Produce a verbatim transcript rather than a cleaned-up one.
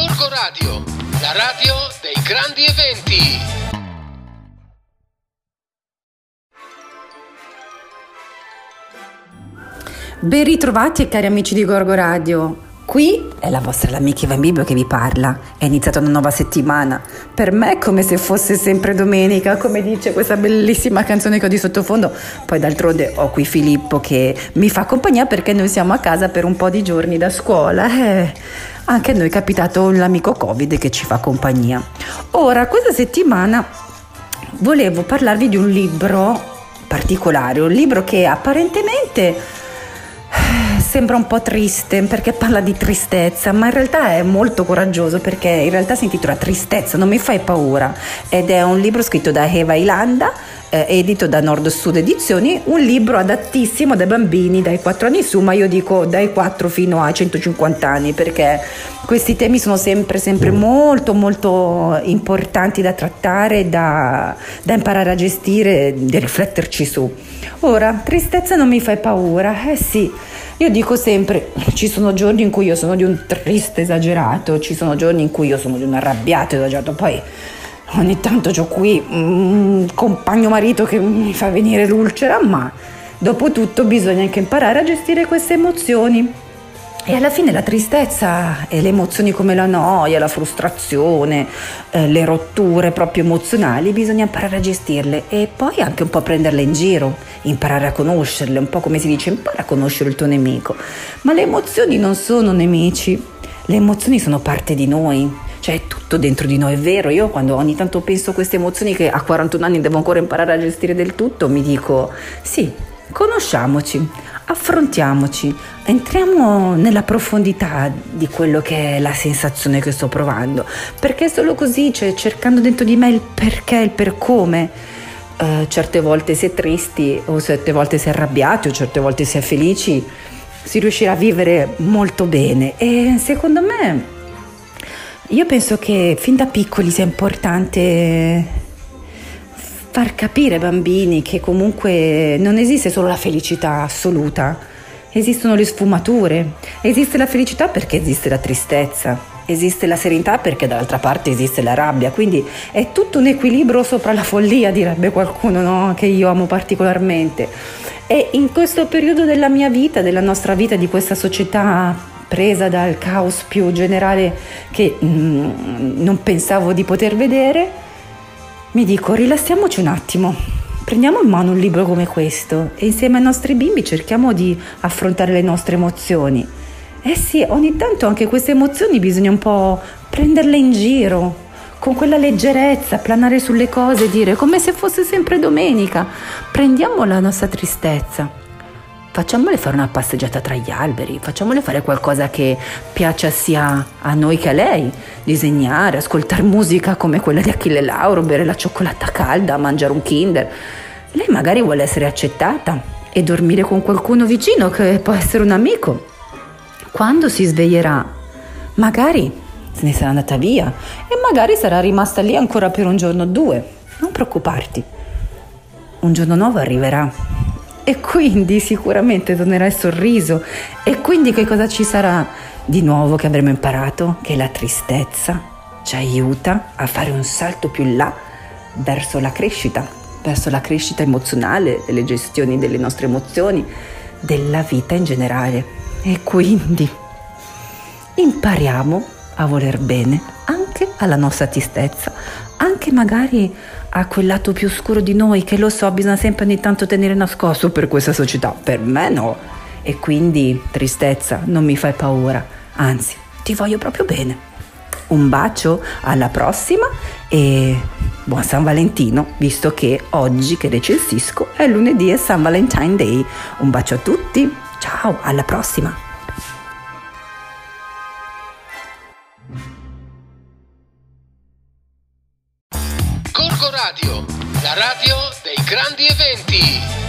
Gorgo Radio, la radio dei grandi eventi. Ben ritrovati cari amici di Gorgo Radio. Qui è la vostra l'amica Ivan Bibbio che vi parla. È iniziata una nuova settimana. Per me è come se fosse sempre domenica, come dice questa bellissima canzone che ho di sottofondo. Poi d'altronde ho qui Filippo che mi fa compagnia perché noi siamo a casa per un po' di giorni da scuola. Eh, anche a noi è capitato l'amico Covid che ci fa compagnia. Ora, questa settimana volevo parlarvi di un libro particolare, un libro che apparentemente sembra un po' triste perché parla di tristezza, ma in realtà è molto coraggioso perché in realtà si intitola Tristezza, non mi fai paura, ed è un libro scritto da Eva Ilanda, eh, edito da Nord Sud Edizioni, un libro adattissimo dai bambini dai quattro anni su, ma io dico dai quattro fino ai centocinquanta anni perché questi temi sono sempre sempre molto molto importanti da trattare, da, da imparare a gestire, da rifletterci su. Ora, tristezza non mi fai paura, eh sì. Io dico sempre, ci sono giorni in cui io sono di un triste esagerato, ci sono giorni in cui io sono di un arrabbiato esagerato, poi ogni tanto ho qui un compagno marito che mi fa venire l'ulcera, ma dopo tutto bisogna anche imparare a gestire queste emozioni. E alla fine la tristezza e le emozioni come la noia, la frustrazione, eh, le rotture proprio emozionali, bisogna imparare a gestirle e poi anche un po' prenderle in giro, imparare a conoscerle, un po' come si dice, impara a conoscere il tuo nemico. Ma le emozioni non sono nemici, le emozioni sono parte di noi, cioè è tutto dentro di noi, è vero. Io quando ogni tanto penso a queste emozioni che a quarantuno anni devo ancora imparare a gestire del tutto, mi dico sì, conosciamoci, affrontiamoci, entriamo nella profondità di quello che è la sensazione che sto provando, perché solo così, cioè cercando dentro di me il perché, il per come, uh, certe volte si è tristi o certe volte si è arrabbiati o certe volte si è felici, si riuscirà a vivere molto bene. E secondo me, io penso che fin da piccoli sia importante far capire ai bambini che comunque non esiste solo la felicità assoluta, esistono le sfumature, esiste la felicità perché esiste la tristezza, esiste la serenità perché dall'altra parte esiste la rabbia, quindi è tutto un equilibrio sopra la follia, direbbe qualcuno, no? Che io amo particolarmente. E in questo periodo della mia vita, della nostra vita, di questa società presa dal caos più generale che mm, non pensavo di poter vedere, mi dico, rilassiamoci un attimo, prendiamo in mano un libro come questo e insieme ai nostri bimbi cerchiamo di affrontare le nostre emozioni. Eh sì, ogni tanto anche queste emozioni bisogna un po' prenderle in giro, con quella leggerezza, planare sulle cose, dire come se fosse sempre domenica. Prendiamo la nostra tristezza, facciamole fare una passeggiata tra gli alberi, facciamole fare qualcosa che piaccia sia a noi che a lei, disegnare, ascoltare musica come quella di Achille Lauro, bere la cioccolata calda, mangiare un Kinder. Lei magari vuole essere accettata e dormire con qualcuno vicino che può essere un amico. Quando si sveglierà, magari se ne sarà andata via e magari sarà rimasta lì ancora per un giorno o due. Non preoccuparti, un giorno nuovo arriverà. E quindi sicuramente tornerà il sorriso. E quindi che cosa ci sarà di nuovo che avremo imparato? Che la tristezza ci aiuta a fare un salto più in là verso la crescita, verso la crescita emozionale, delle gestioni delle nostre emozioni, della vita in generale. E quindi impariamo a voler bene anche alla nostra tristezza, anche magari a quel lato più oscuro di noi che, lo so, bisogna sempre ogni tanto tenere nascosto per questa società. Per me no. E quindi tristezza, non mi fai paura, anzi ti voglio proprio bene. Un bacio, alla prossima e buon San Valentino, visto che oggi che recensisco è lunedì e San Valentine Day. Un bacio a tutti, ciao, alla prossima. Gorgo Radio, la radio dei grandi eventi.